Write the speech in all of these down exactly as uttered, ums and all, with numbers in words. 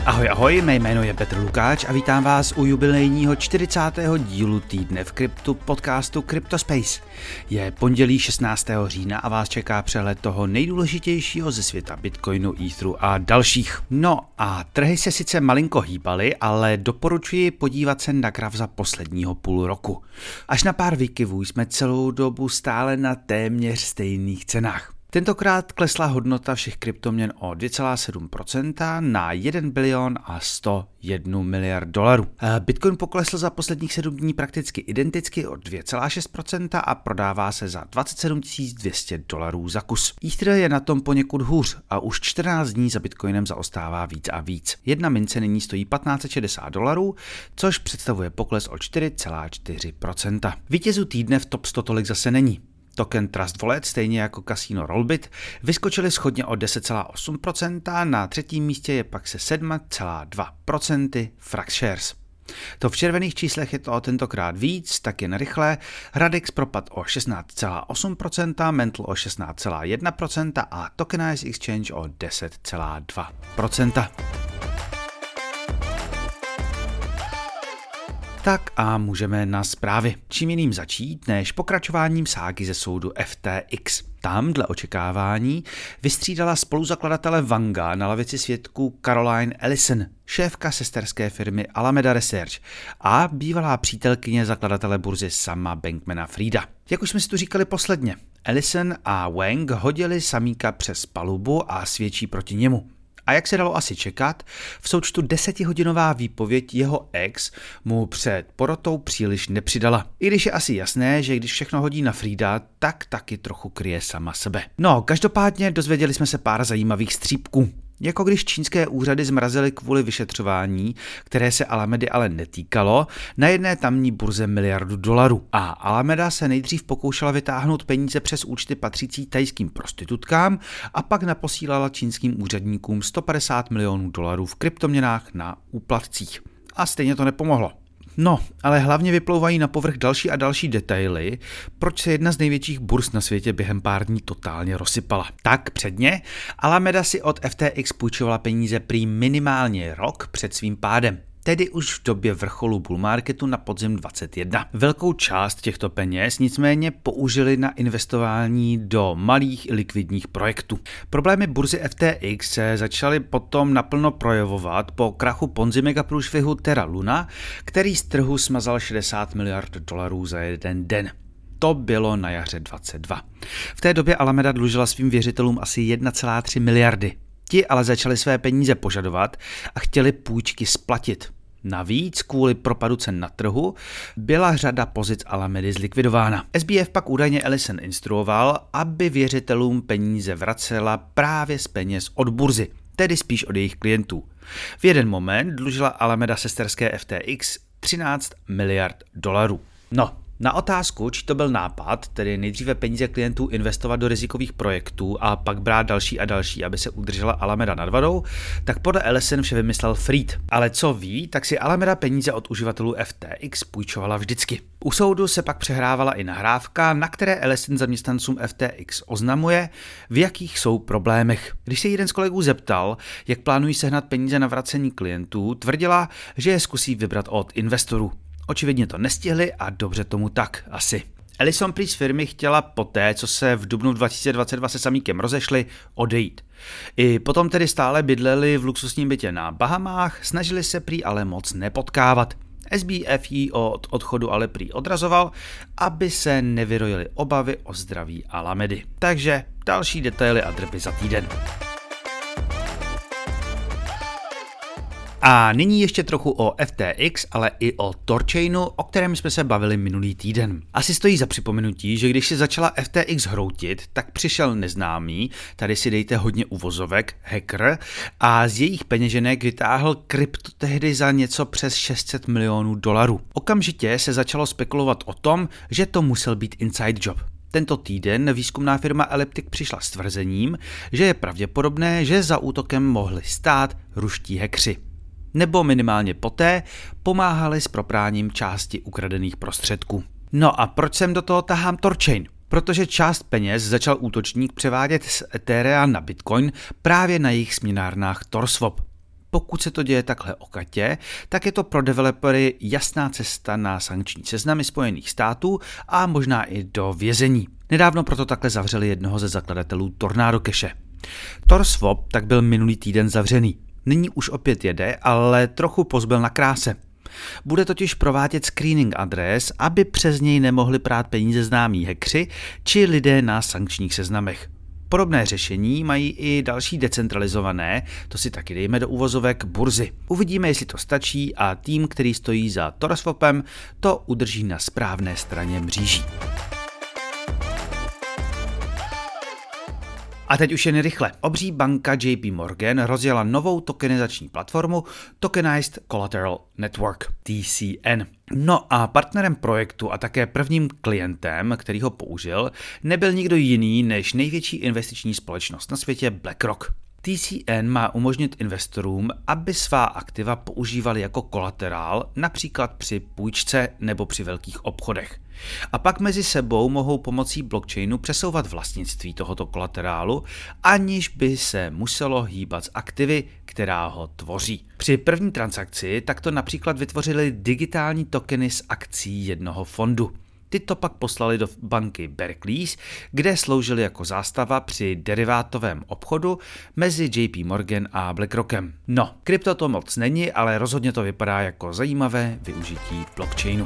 Ahoj, ahoj, mé jméno je Petr Lukáč a vítám vás u jubilejního čtyřicátého dílu týdne v kryptu podcastu CryptoSpace. Je pondělí šestnáctého října a vás čeká přehled toho nejdůležitějšího ze světa Bitcoinu, Etheru a dalších. No a trhy se sice malinko hýbaly, ale doporučuji podívat se na graf za posledního půl roku. Až na pár výkyvů jsme celou dobu stále na téměř stejných cenách. Tentokrát klesla hodnota všech kryptoměn o dvě celá sedm procenta na jeden bilion a sto jedna miliard dolarů. Bitcoin poklesl za posledních sedm dní prakticky identicky o dvě celá šest procenta a prodává se za dvacet sedm tisíc dvě stě dolarů za kus. Ether je na tom poněkud hůř a už čtrnáct dní za Bitcoinem zaostává víc a víc. Jedna mince nyní stojí patnáct set šedesát dolarů, což představuje pokles o čtyři celá čtyři procenta. Vítězů týdne v top sto tolik zase není. Token Trust Wallet, stejně jako kasino Rollbit, vyskočili shodně o deset celá osm procenta, na třetím místě je pak se sedm celá dva procenta FraxShares. To v červených číslech je to o tentokrát víc, tak jen rychle. Radix propad o šestnáct celá osm procenta, Mental o šestnáct celá jedna procenta a Tokenize Exchange o deset celá dva procenta. Tak a můžeme na zprávy. Čím jiným začít, než pokračováním ságy ze soudu F T X. Tam, dle očekávání, vystřídala spoluzakladatele Vanga na lavici svědků Caroline Ellison, šéfka sesterské firmy Alameda Research a bývalá přítelkyně zakladatele burzy Sama Bankmana-Frieda. Jak už jsme si tu říkali posledně, Ellison a Wang hodili Samíka přes palubu a svědčí proti němu. A jak se dalo asi čekat, v součtu desetihodinová výpověď jeho ex mu před porotou příliš nepřidala. I když je asi jasné, že když všechno hodí na Frieda, tak taky trochu kryje sama sebe. No, každopádně dozvěděli jsme se pár zajímavých střípků. Jako když čínské úřady zmrazily kvůli vyšetřování, které se Alamedy ale netýkalo, na jedné tamní burze miliardu dolarů. A Alameda se nejdřív pokoušela vytáhnout peníze přes účty patřící thajským prostitutkám a pak naposílala čínským úředníkům sto padesát milionů dolarů v kryptoměnách na úplatcích. A stejně to nepomohlo. No, ale hlavně vyplouvají na povrch další a další detaily, proč se jedna z největších burz na světě během pár dní totálně rozsypala. Tak předně, Alameda si od F T X půjčovala peníze prý minimálně rok před svým pádem. Tedy už v době vrcholu bull marketu na podzim dvacet jedna. Velkou část těchto peněz nicméně použili na investování do malých likvidních projektů. Problémy burzy F T X se začaly potom naplno projevovat po krachu Ponzi megaprůšvihu Terra Luna, který z trhu smazal šedesát miliard dolarů za jeden den. To bylo na jaře dvacet dva. V té době Alameda dlužila svým věřitelům asi jedna celá tři miliardy. Ti ale začali své peníze požadovat a chtěli půjčky splatit. Navíc kvůli propadu cen na trhu byla řada pozic Alamedy zlikvidována. S B F pak údajně Ellison instruoval, aby věřitelům peníze vracela právě z peněz od burzy, tedy spíš od jejich klientů. V jeden moment dlužila Alameda sesterské F T X třináct miliard dolarů. No, na otázku, či to byl nápad, tedy nejdříve peníze klientů investovat do rizikových projektů a pak brát další a další, aby se udržela Alameda nad vodou, tak podle Ellison vše vymyslel Fried. Ale co ví, tak si Alameda peníze od uživatelů F T X půjčovala vždycky. U soudu se pak přehrávala i nahrávka, na které Ellison zaměstnancům F T X oznamuje, v jakých jsou problémech. Když se jeden z kolegů zeptal, jak plánují sehnat peníze na vracení klientů, tvrdila, že je zkusí vybrat od investorů. Očividně to nestihli a dobře tomu tak, asi. Ellison prý z firmy chtěla poté, co se v dubnu dva tisíce dvacet dva se Samíkem rozešli, odejít. I potom tedy stále bydleli v luxusním bytě na Bahamách, snažili se prý ale moc nepotkávat. S B F jí od odchodu ale prý odrazoval, aby se nevyrojily obavy o zdraví Alamedy. Takže další detaily a drby za týden. A nyní ještě trochu o F T X, ale i o Torchainu, o kterém jsme se bavili minulý týden. Asi stojí za připomenutí, že když se začala F T X hroutit, tak přišel neznámý, tady si dejte hodně uvozovek, hacker, a z jejich peněženek vytáhl krypto tehdy za něco přes šest set milionů dolarů. Okamžitě se začalo spekulovat o tom, že to musel být inside job. Tento týden výzkumná firma Elliptic přišla s tvrzením, že je pravděpodobné, že za útokem mohli stát ruští hackři. Nebo minimálně poté pomáhali s propráním části ukradených prostředků. No a proč sem do toho tahám Torchain? Protože část peněz začal útočník převádět z Etherea na Bitcoin právě na jejich směnárnách TorSwap. Pokud se to děje takhle okatě, tak je to pro developery jasná cesta na sankční seznamy Spojených států a možná i do vězení. Nedávno proto takhle zavřeli jednoho ze zakladatelů Tornado Cashe. TorSwap tak byl minulý týden zavřený. Nyní už opět jede, ale trochu pozbyl na kráse. Bude totiž provádět screening adres, aby přes něj nemohli prát peníze známí hackři či lidé na sankčních seznamech. Podobné řešení mají i další decentralizované, to si taky dejme do uvozovek, burzy. Uvidíme, jestli to stačí a tým, který stojí za TorSwapem, to udrží na správné straně mříží. A teď už jen rychle. Obří banka J P Morgan rozjela novou tokenizační platformu Tokenized Collateral Network, T C N. No a partnerem projektu a také prvním klientem, který ho použil, nebyl nikdo jiný než největší investiční společnost na světě BlackRock. T C N má umožnit investorům, aby svá aktiva používali jako kolaterál, například při půjčce nebo při velkých obchodech. A pak mezi sebou mohou pomocí blockchainu přesouvat vlastnictví tohoto kolaterálu, aniž by se muselo hýbat z aktivy, která ho tvoří. Při první transakci takto například vytvořili digitální tokeny z akcí jednoho fondu. Tyto pak poslali do banky Barclays, kde sloužily jako zástava při derivátovém obchodu mezi J P Morgan a BlackRockem. No, krypto to moc není, ale rozhodně to vypadá jako zajímavé využití blockchainu.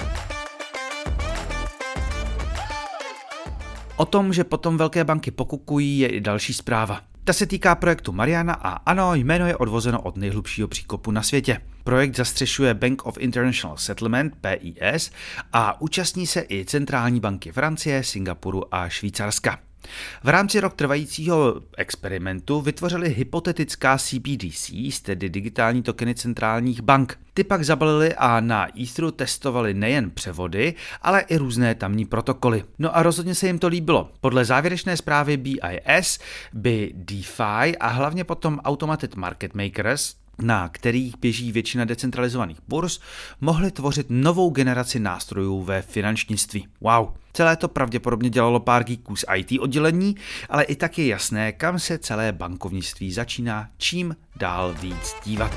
O tom, že potom velké banky pokukují, je i další zpráva. Ta se týká projektu Mariana a ano, jméno je odvozeno od nejhlubšího příkopu na světě. Projekt zastřešuje Bank of International Settlement, B I S, a účastní se i centrální banky Francie, Singapuru a Švýcarska. V rámci rok trvajícího experimentu vytvořili hypotetická C B D Cs, tedy digitální tokeny centrálních bank. Ty pak zabalili a na Etheru testovali nejen převody, ale i různé tamní protokoly. No a rozhodně se jim to líbilo. Podle závěrečné zprávy B I S by DeFi a hlavně potom Automated Market Makers, na kterých běží většina decentralizovaných burz, mohly tvořit novou generaci nástrojů ve finančnictví. Wow, celé to pravděpodobně dělalo pár geeků z I T oddělení, ale i tak je jasné, kam se celé bankovnictví začíná čím dál víc dívat.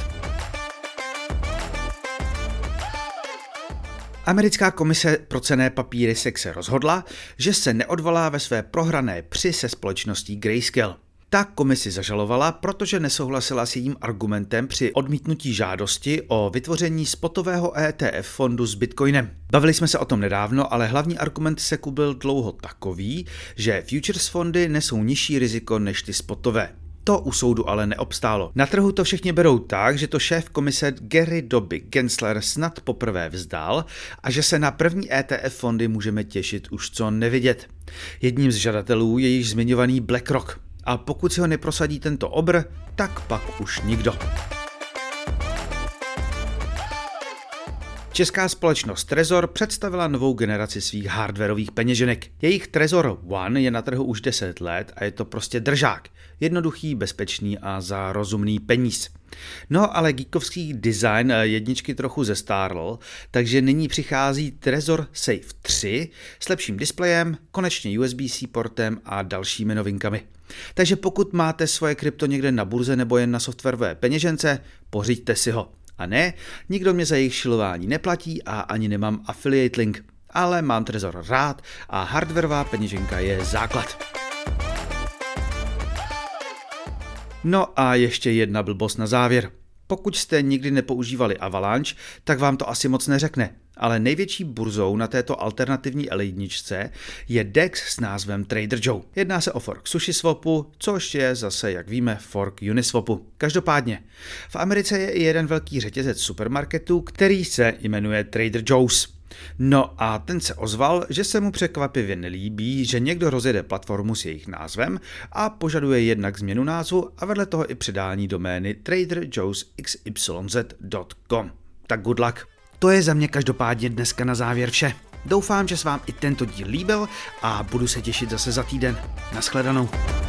Americká komise pro cenné papíry S E C se rozhodla, že se neodvolá ve své prohrané při se společností Grayscale. Ta komisi zažalovala, protože nesouhlasila s jejím argumentem při odmítnutí žádosti o vytvoření spotového E T F fondu s Bitcoinem. Bavili jsme se o tom nedávno, ale hlavní argument S E C byl dlouho takový, že futures fondy nesou nižší riziko než ty spotové. To u soudu ale neobstálo. Na trhu to všichni berou tak, že to šéf komise Gary Doby Gensler snad poprvé vzdal a že se na první E T F fondy můžeme těšit už co nevidět. Jedním z žadatelů je již zmiňovaný BlackRock. A pokud si ho neprosadí tento obr, tak pak už nikdo. Česká společnost Trezor představila novou generaci svých hardwarových peněženek. Jejich Trezor One je na trhu už deset let a je to prostě držák. Jednoduchý, bezpečný a za rozumný peníz. No ale geekovský design jedničky trochu zestárl, takže nyní přichází Trezor Safe tři s lepším displejem, konečně U S B C portem a dalšími novinkami. Takže pokud máte svoje krypto někde na burze nebo jen na softwarové peněžence, pořiďte si ho. A ne, nikdo mě za jejich šilování neplatí a ani nemám affiliate link. Ale mám Trezor rád a hardwarová peněženka je základ. No a ještě jedna blbost na závěr. Pokud jste nikdy nepoužívali Avalanche, tak vám to asi moc neřekne. Ale největší burzou na této alternativní L jedna je D E X s názvem Trader Joe. Jedná se o fork SushiSwapu, což je zase, jak víme, fork Uniswapu. Každopádně, v Americe je i jeden velký řetězec supermarketů, který se jmenuje Trader Joe's. No a ten se ozval, že se mu překvapivě nelíbí, že někdo rozjede platformu s jejich názvem a požaduje jednak změnu názvu a vedle toho i předání domény trader joes x y z tečka com. Tak good luck. To je za mě každopádně dneska na závěr vše. Doufám, že se vám i tento díl líbil a budu se těšit zase za týden. Naschledanou.